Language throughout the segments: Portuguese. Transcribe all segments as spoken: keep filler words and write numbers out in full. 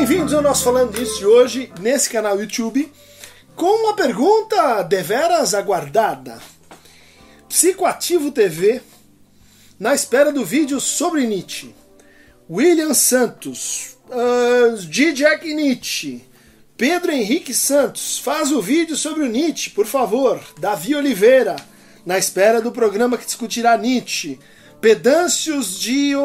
Bem-vindos ao nosso Falando Disso de hoje, nesse canal YouTube, com uma pergunta deveras aguardada. Psicoativo T V, na espera do vídeo sobre Nietzsche. William Santos, uh, G. Jack Nietzsche, Pedro Henrique Santos, faz o vídeo sobre o Nietzsche, por favor. Davi Oliveira, na espera do programa que discutirá Nietzsche. Pedâncios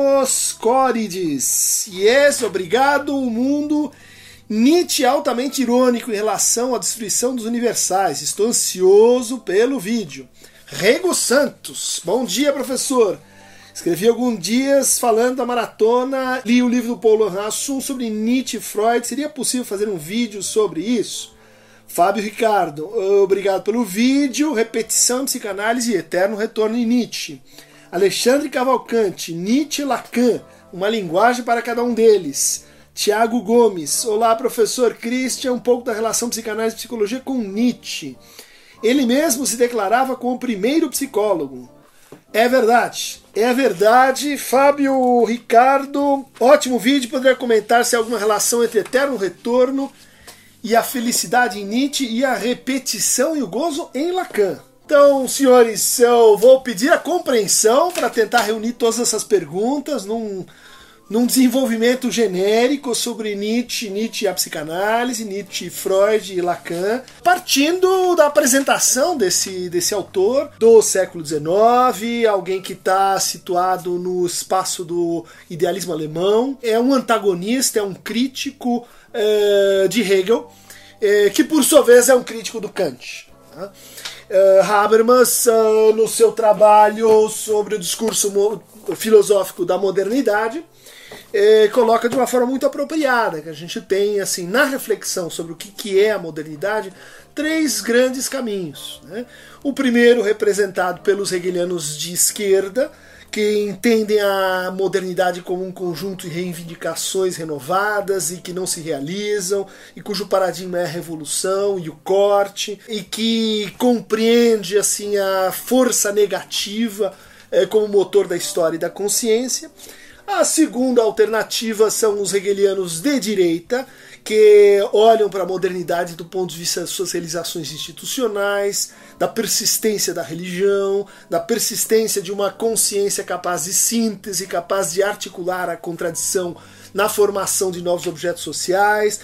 Dioscórides, yes, obrigado, o mundo. Nietzsche altamente irônico em relação à destruição dos universais. Estou ansioso pelo vídeo. Rego Santos, bom dia, professor. Escrevi alguns dias falando da maratona, li o livro do Paulo Hassum sobre Nietzsche e Freud. Seria possível fazer um vídeo sobre isso? Fábio Ricardo, obrigado pelo vídeo. Repetição, psicanálise e eterno retorno em Nietzsche. Alexandre Cavalcante, Nietzsche e Lacan, uma linguagem para cada um deles. Tiago Gomes, olá, professor Christian, um pouco da relação psicanálise e psicologia com Nietzsche. Ele mesmo se declarava como o primeiro psicólogo. É verdade, é verdade. Fábio Ricardo, ótimo vídeo, poderia comentar se há alguma relação entre eterno retorno e a felicidade em Nietzsche e a repetição e o gozo em Lacan. Então, senhores, eu vou pedir a compreensão para tentar reunir todas essas perguntas num, num desenvolvimento genérico sobre Nietzsche, Nietzsche e a psicanálise, Nietzsche, Freud e Lacan, partindo da apresentação desse, desse autor do século dezenove, alguém que está situado no espaço do idealismo alemão, é um antagonista, é um crítico uh, de Hegel, uh, que por sua vez é um crítico do Kant. Tá? Uh, Habermas, uh, no seu trabalho sobre o discurso filosófico da modernidade, eh, coloca de uma forma muito apropriada, que a gente tem, assim, na reflexão sobre o que, que é a modernidade, três grandes caminhos, né? O primeiro, representado pelos hegelianos de esquerda, que entendem a modernidade como um conjunto de reivindicações renovadas e que não se realizam, e cujo paradigma é a revolução e o corte, e que compreende assim a força negativa é, como motor da história e da consciência. A segunda alternativa são os hegelianos de direita, que olham para a modernidade do ponto de vista das suas realizações institucionais, da persistência da religião, da persistência de uma consciência capaz de síntese, capaz de articular a contradição na formação de novos objetos sociais,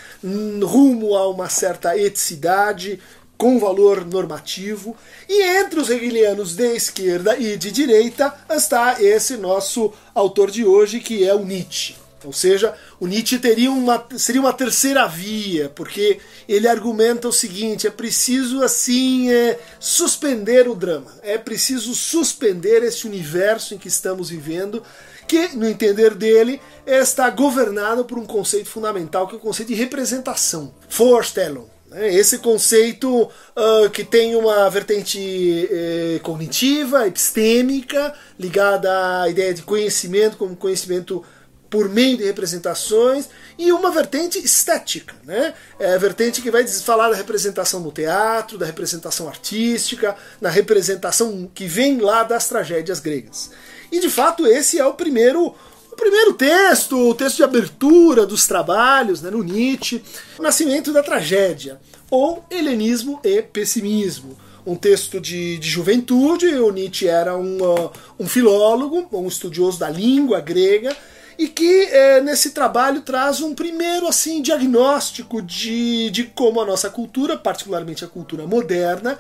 rumo a uma certa eticidade com valor normativo. E entre os hegelianos de esquerda e de direita está esse nosso autor de hoje, que é o Nietzsche. Ou seja, o Nietzsche teria uma, seria uma terceira via, porque ele argumenta o seguinte: é preciso assim é, suspender o drama, é preciso suspender esse universo em que estamos vivendo, que, no entender dele, está governado por um conceito fundamental, que é o conceito de representação, Vorstellung. Esse conceito uh, que tem uma vertente eh, cognitiva, epistêmica, ligada à ideia de conhecimento como conhecimento por meio de representações, e uma vertente estética, né? É a vertente que vai falar da representação no teatro, da representação artística, na representação que vem lá das tragédias gregas. E de fato esse é o primeiro, o primeiro texto, o texto de abertura dos trabalhos, né, no Nietzsche, o nascimento da tragédia, ou helenismo e pessimismo. Um texto de, de juventude. O Nietzsche era um, uh, um filólogo, um estudioso da língua grega, e que é, nesse trabalho traz um primeiro assim, diagnóstico de, de como a nossa cultura, particularmente a cultura moderna,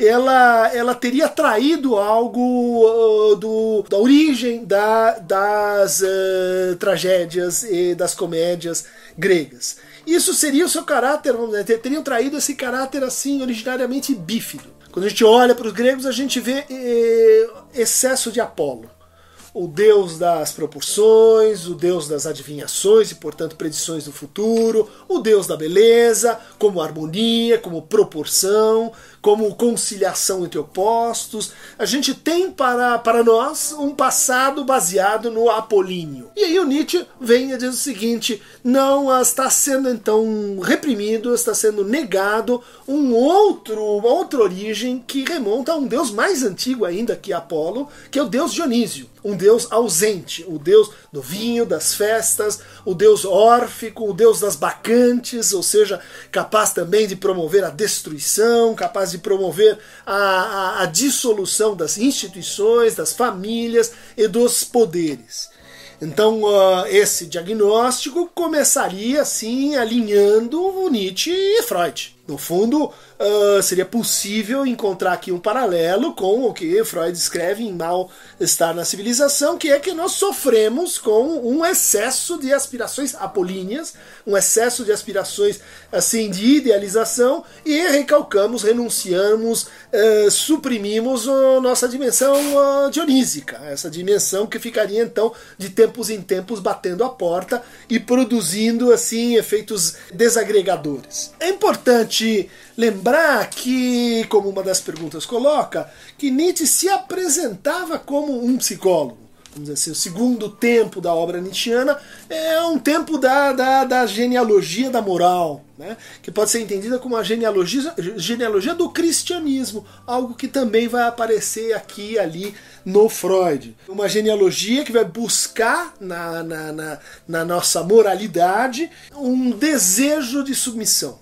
ela, ela teria traído algo uh, do, da origem da, das uh, tragédias e das comédias gregas. Isso seria o seu caráter, vamos dizer, teriam traído esse caráter assim originariamente bífido. Quando a gente olha para os gregos, a gente vê eh, excesso de Apolo. O deus das proporções, o deus das adivinhações e, portanto, predições do futuro, o deus da beleza, como harmonia, como proporção, como conciliação entre opostos. A gente tem para, para nós um passado baseado no apolíneo. E aí o Nietzsche vem e diz o seguinte: não, está sendo então reprimido, está sendo negado um outro, uma outra origem que remonta a um deus mais antigo ainda que Apolo, que é o deus Dionísio. Um deus ausente, o deus do vinho, das festas, o deus órfico, o deus das bacantes, ou seja, capaz também de promover a destruição, capaz de promover a, a, a dissolução das instituições, das famílias e dos poderes. Então, uh, esse diagnóstico começaria, assim, alinhando o Nietzsche e Freud. No fundo, uh, seria possível encontrar aqui um paralelo com o que Freud escreve em Mal-Estar na Civilização, que é que nós sofremos com um excesso de aspirações apolíneas, um excesso de aspirações assim, de idealização, e recalcamos, renunciamos, uh, suprimimos a nossa dimensão uh, dionísica, essa dimensão que ficaria então de tempos em tempos batendo a porta e produzindo assim efeitos desagregadores. É importante lembrar que, como uma das perguntas coloca, que Nietzsche se apresentava como um psicólogo. Vamos dizer assim, o segundo tempo da obra nietzschiana é um tempo da, da, da genealogia da moral, né? Que pode ser entendida como a genealogia, genealogia do cristianismo, algo que também vai aparecer aqui e ali no Freud. Uma genealogia que vai buscar na, na, na, na nossa moralidade um desejo de submissão.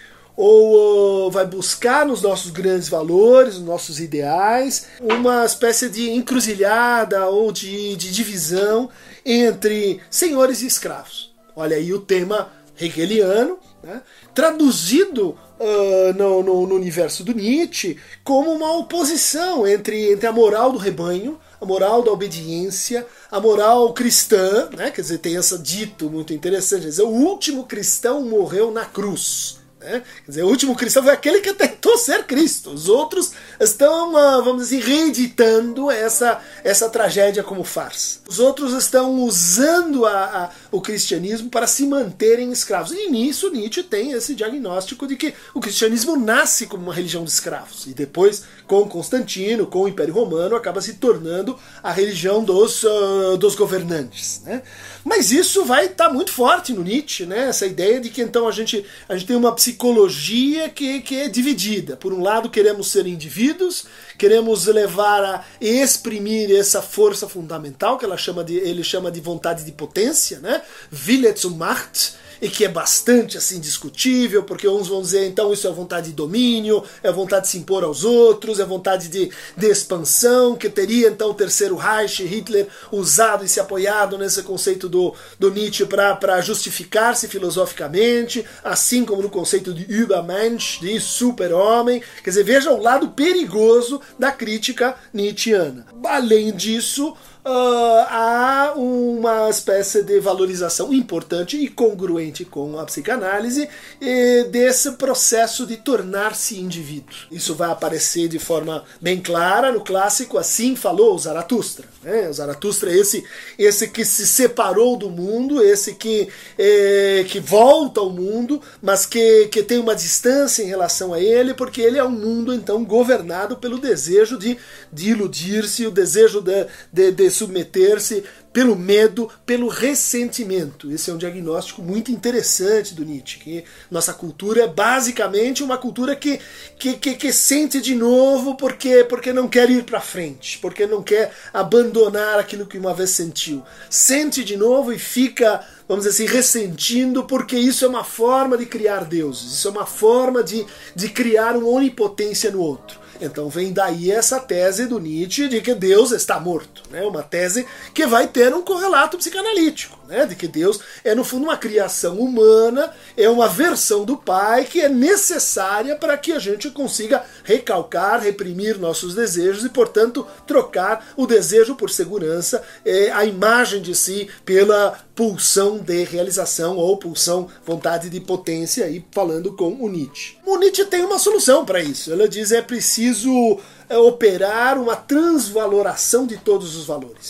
Ou uh, vai buscar nos nossos grandes valores, nos nossos ideais, uma espécie de encruzilhada ou de, de divisão entre senhores e escravos. Olha aí o tema hegeliano, né, traduzido uh, no, no, no universo do Nietzsche como uma oposição entre, entre a moral do rebanho, a moral da obediência, a moral cristã, né, quer dizer, tem esse dito muito interessante, quer dizer, o último cristão morreu na cruz. Né? Quer dizer, o último cristão foi aquele que tentou ser Cristo. Os outros estão, vamos dizer, reeditando essa, essa tragédia como farsa. Os outros estão usando a, a, o cristianismo para se manterem escravos. E nisso Nietzsche tem esse diagnóstico de que o cristianismo nasce como uma religião de escravos. E depois, com Constantino, com o Império Romano, acaba se tornando a religião dos, uh, dos governantes. Né? Mas isso vai estar tá muito forte no Nietzsche, né? Essa ideia de que então a gente, a gente tem uma psicologia que, que é dividida. Por um lado, queremos ser indivíduos, queremos levar a exprimir essa força fundamental, que ela chama de, ele chama de vontade de potência, né? Wille zur Macht, e que é bastante assim discutível, porque uns vão dizer, então isso é vontade de domínio, é vontade de se impor aos outros, é vontade de, de expansão, que teria então o terceiro Reich, Hitler, usado e se apoiado nesse conceito do, do Nietzsche para justificar-se filosoficamente, assim como no conceito de Übermensch, de super-homem. Quer dizer, veja o lado perigoso da crítica nietzschiana. Além disso, Uh, há uma espécie de valorização importante e congruente com a psicanálise eh, desse processo de tornar-se indivíduo. Isso vai aparecer de forma bem clara no clássico Assim Falou Zaratustra. Né? O Zaratustra é esse, esse que se separou do mundo, esse que, eh, que volta ao mundo, mas que, que tem uma distância em relação a ele, porque ele é um mundo então governado pelo desejo de, de iludir-se, o desejo de, de, de submeter-se pelo medo, pelo ressentimento. Esse é um diagnóstico muito interessante do Nietzsche, que nossa cultura é basicamente uma cultura que, que, que, que sente de novo porque, porque não quer ir para frente, porque não quer abandonar aquilo que uma vez sentiu. Sente de novo e fica, vamos dizer assim, ressentindo, porque isso é uma forma de criar deuses, isso é uma forma de, de criar uma onipotência no outro. Então vem daí essa tese do Nietzsche de que Deus está morto, né? Uma tese que vai ter um correlato psicanalítico, né? De que Deus é no fundo uma criação humana, é uma versão do Pai que é necessária para que a gente consiga recalcar, reprimir nossos desejos e, portanto, trocar o desejo por segurança, é, a imagem de si pela pulsão de realização ou pulsão, vontade de potência, aí falando com o Nietzsche. O Nietzsche tem uma solução para isso. Ela diz que é preciso é, operar uma transvaloração de todos os valores.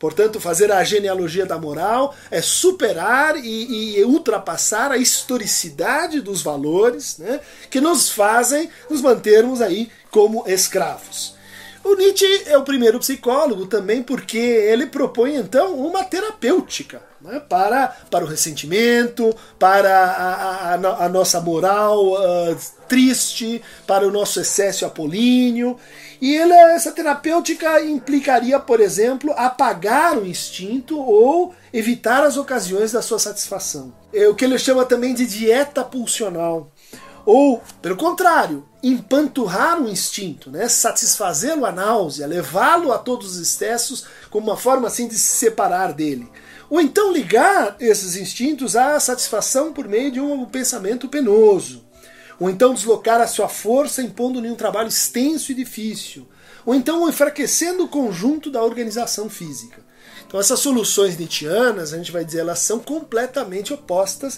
Portanto, fazer a genealogia da moral é superar e, e ultrapassar a historicidade dos valores, né, que nos fazem nos mantermos aí como escravos. O Nietzsche é o primeiro psicólogo também porque ele propõe então uma terapêutica, né, para, para o ressentimento, para a, a, a nossa moral uh, triste, para o nosso excesso apolíneo. E ele, essa terapêutica implicaria, por exemplo, apagar o instinto ou evitar as ocasiões da sua satisfação. É o que ele chama também de dieta pulsional. Ou, pelo contrário, empanturrar o instinto, né? Satisfazê-lo à náusea, levá-lo a todos os excessos como uma forma assim de se separar dele. Ou então ligar esses instintos à satisfação por meio de um pensamento penoso. Ou então deslocar a sua força impondo-lhe um trabalho extenso e difícil. Ou então enfraquecendo o conjunto da organização física. Então essas soluções nietzschianas, a gente vai dizer, elas são completamente opostas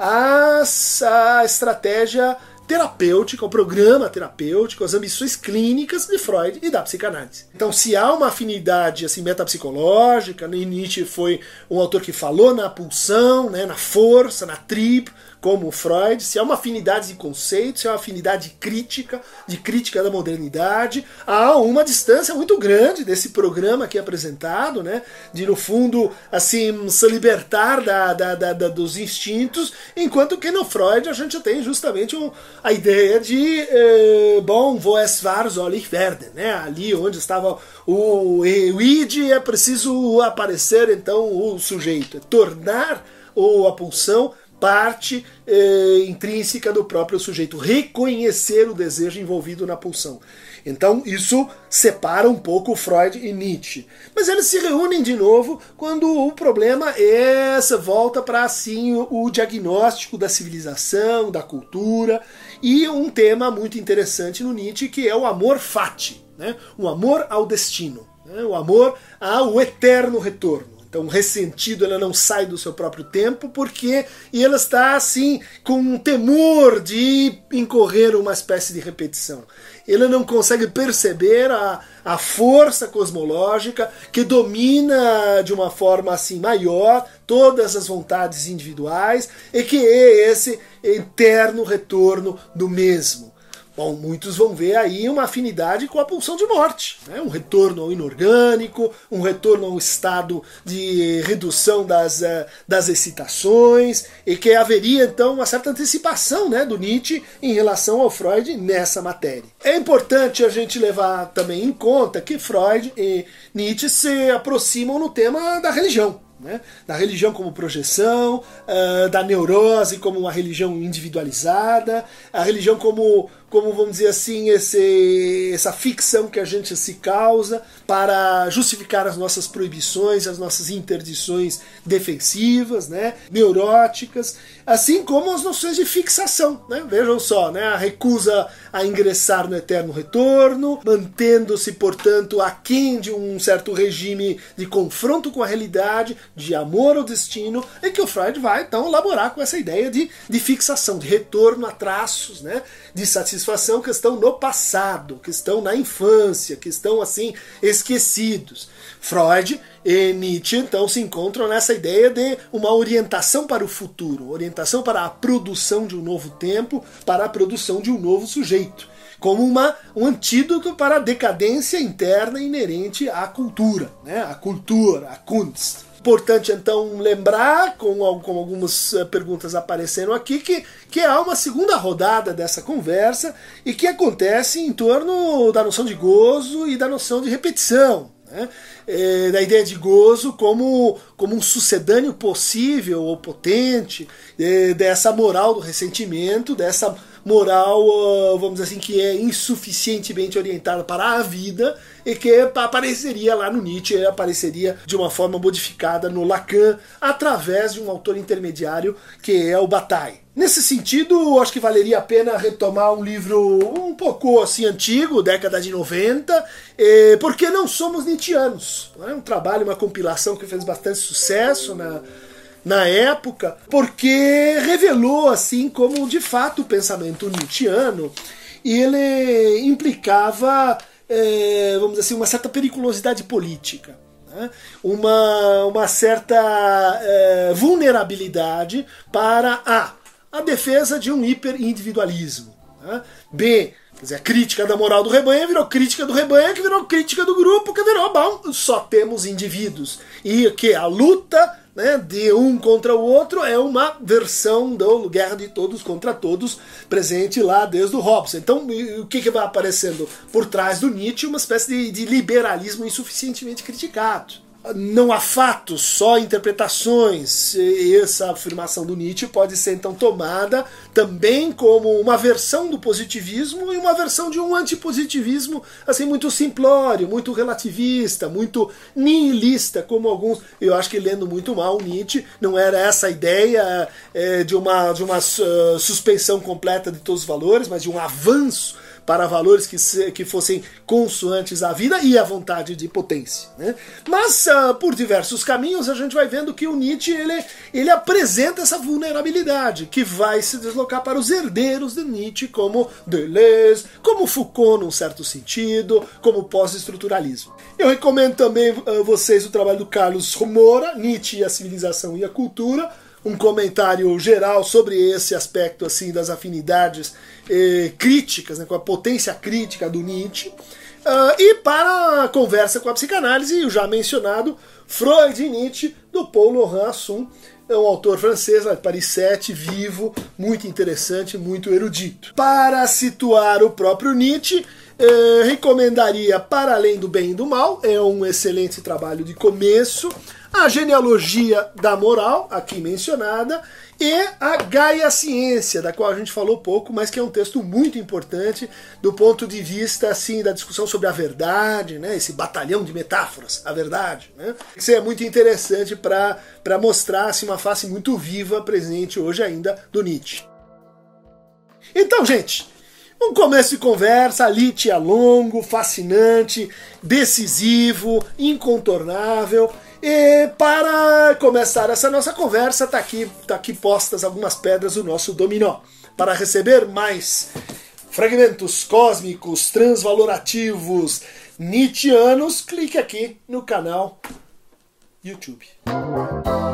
às, à estratégia terapêutica, ao programa terapêutico, às ambições clínicas de Freud e da psicanálise. Então, se há uma afinidade assim, metapsicológica, Nietzsche foi um autor que falou na pulsão, né, na força, na tribo, como Freud, se há uma afinidade de conceito, se há uma afinidade crítica, de crítica da modernidade, há uma distância muito grande desse programa aqui apresentado, né, de, no fundo, assim, se libertar da, da, da, da, dos instintos, enquanto que no Freud a gente tem justamente um, a ideia de, eh, bom, wo es war, soll ich werden, né, ali onde estava o, o id, é preciso aparecer, então, o sujeito, é tornar ou a pulsão parte eh, intrínseca do próprio sujeito, reconhecer o desejo envolvido na pulsão. Então isso separa um pouco Freud e Nietzsche. Mas eles se reúnem de novo quando o problema é essa volta para assim o, o diagnóstico da civilização, da cultura, e um tema muito interessante no Nietzsche que é o amor fati, né? O amor ao destino, né? O amor ao eterno retorno. Então, o ressentido, ela não sai do seu próprio tempo, porque e ela está, assim, com um temor de incorrer uma espécie de repetição. Ele não consegue perceber a, a força cosmológica que domina de uma forma, assim, maior todas as vontades individuais e que é esse eterno retorno do mesmo. Bom, muitos vão ver aí uma afinidade com a pulsão de morte, né? Um retorno ao inorgânico, um retorno ao estado de redução das, uh, das excitações, e que haveria então uma certa antecipação, né, do Nietzsche em relação ao Freud nessa matéria. É importante a gente levar também em conta que Freud e Nietzsche se aproximam no tema da religião. Né? Da religião como projeção, uh, da neurose como uma religião individualizada, a religião como, como vamos dizer assim, esse, essa ficção que a gente se causa para justificar as nossas proibições, as nossas interdições defensivas, né? Neuróticas, assim como as noções de fixação. Né? Vejam só, né? A recusa a ingressar no eterno retorno, mantendo-se, portanto, aquém de um certo regime de confronto com a realidade, de amor ao destino, e que o Freud vai então elaborar com essa ideia de, de fixação, de retorno a traços, né, de satisfação que estão no passado, que estão na infância, que estão assim esquecidos. Freud e Nietzsche então se encontram nessa ideia de uma orientação para o futuro, orientação para a produção de um novo tempo, para a produção de um novo sujeito, como uma, um antídoto para a decadência interna inerente à cultura, né? A cultura, a Kunst. Importante, então, lembrar, com, com algumas perguntas aparecendo aqui, que, que há uma segunda rodada dessa conversa e que acontece em torno da noção de gozo e da noção de repetição. Né? É, da ideia de gozo como, como um sucedâneo possível ou potente é, dessa moral do ressentimento, dessa moral, vamos dizer assim, que é insuficientemente orientada para a vida e que apareceria lá no Nietzsche, apareceria de uma forma modificada no Lacan, através de um autor intermediário que é o Bataille. Nesse sentido, acho que valeria a pena retomar um livro um pouco assim antigo, década de noventa, eh, porque não somos nietzschianos. É um trabalho, uma compilação que fez bastante sucesso na, na época, porque revelou assim como de fato o pensamento nietzschiano ele implicava, eh, vamos dizer assim, uma certa periculosidade política. né? uma, uma certa é, vulnerabilidade para A, a defesa de um hiperindividualismo, né? B, quer dizer, a crítica da moral do rebanho virou crítica do rebanho, que virou crítica do grupo, que virou, bom, só temos indivíduos. E que a luta, né, de um contra o outro é uma versão do Guerra de Todos contra Todos, presente lá desde o Hobson. Então, o que, que vai aparecendo por trás do Nietzsche? Uma espécie de, de liberalismo insuficientemente criticado. Não há fatos, só interpretações. E essa afirmação do Nietzsche pode ser então tomada também como uma versão do positivismo e uma versão de um antipositivismo assim, muito simplório, muito relativista, muito nihilista, como alguns. Eu acho que lendo muito mal o Nietzsche, não era essa a ideia é, de uma, de uma uh, suspensão completa de todos os valores, mas de um avanço para valores que, se, que fossem consoantes à vida e à vontade de potência, né? Mas, uh, por diversos caminhos, a gente vai vendo que o Nietzsche ele, ele apresenta essa vulnerabilidade, que vai se deslocar para os herdeiros de Nietzsche, como Deleuze, como Foucault, num certo sentido, como pós-estruturalismo. Eu recomendo também a uh, vocês o trabalho do Carlos Moura, Nietzsche e a Civilização e a Cultura, um comentário geral sobre esse aspecto assim das afinidades eh, críticas, né, com a potência crítica do Nietzsche. Uh, e para a conversa com a psicanálise, o já mencionado Freud e Nietzsche, do Paul Laurent Assun, é um autor francês, lá de Paris sete, vivo, muito interessante, muito erudito. Para situar o próprio Nietzsche, eh, recomendaria Para Além do Bem e do Mal, é um excelente trabalho de começo, a Genealogia da Moral, aqui mencionada, e a Gaia Ciência, da qual a gente falou pouco, mas que é um texto muito importante do ponto de vista assim, da discussão sobre a verdade, né? Esse batalhão de metáforas, a verdade. Né? Isso é muito interessante para mostrar assim, uma face muito viva presente hoje ainda do Nietzsche. Então, gente, um começo de conversa, Nietzsche é longo, fascinante, decisivo, incontornável. E para começar essa nossa conversa, está aqui, tá aqui postas algumas pedras do nosso dominó. Para receber mais fragmentos cósmicos, transvalorativos, nietzschianos, clique aqui no canal YouTube.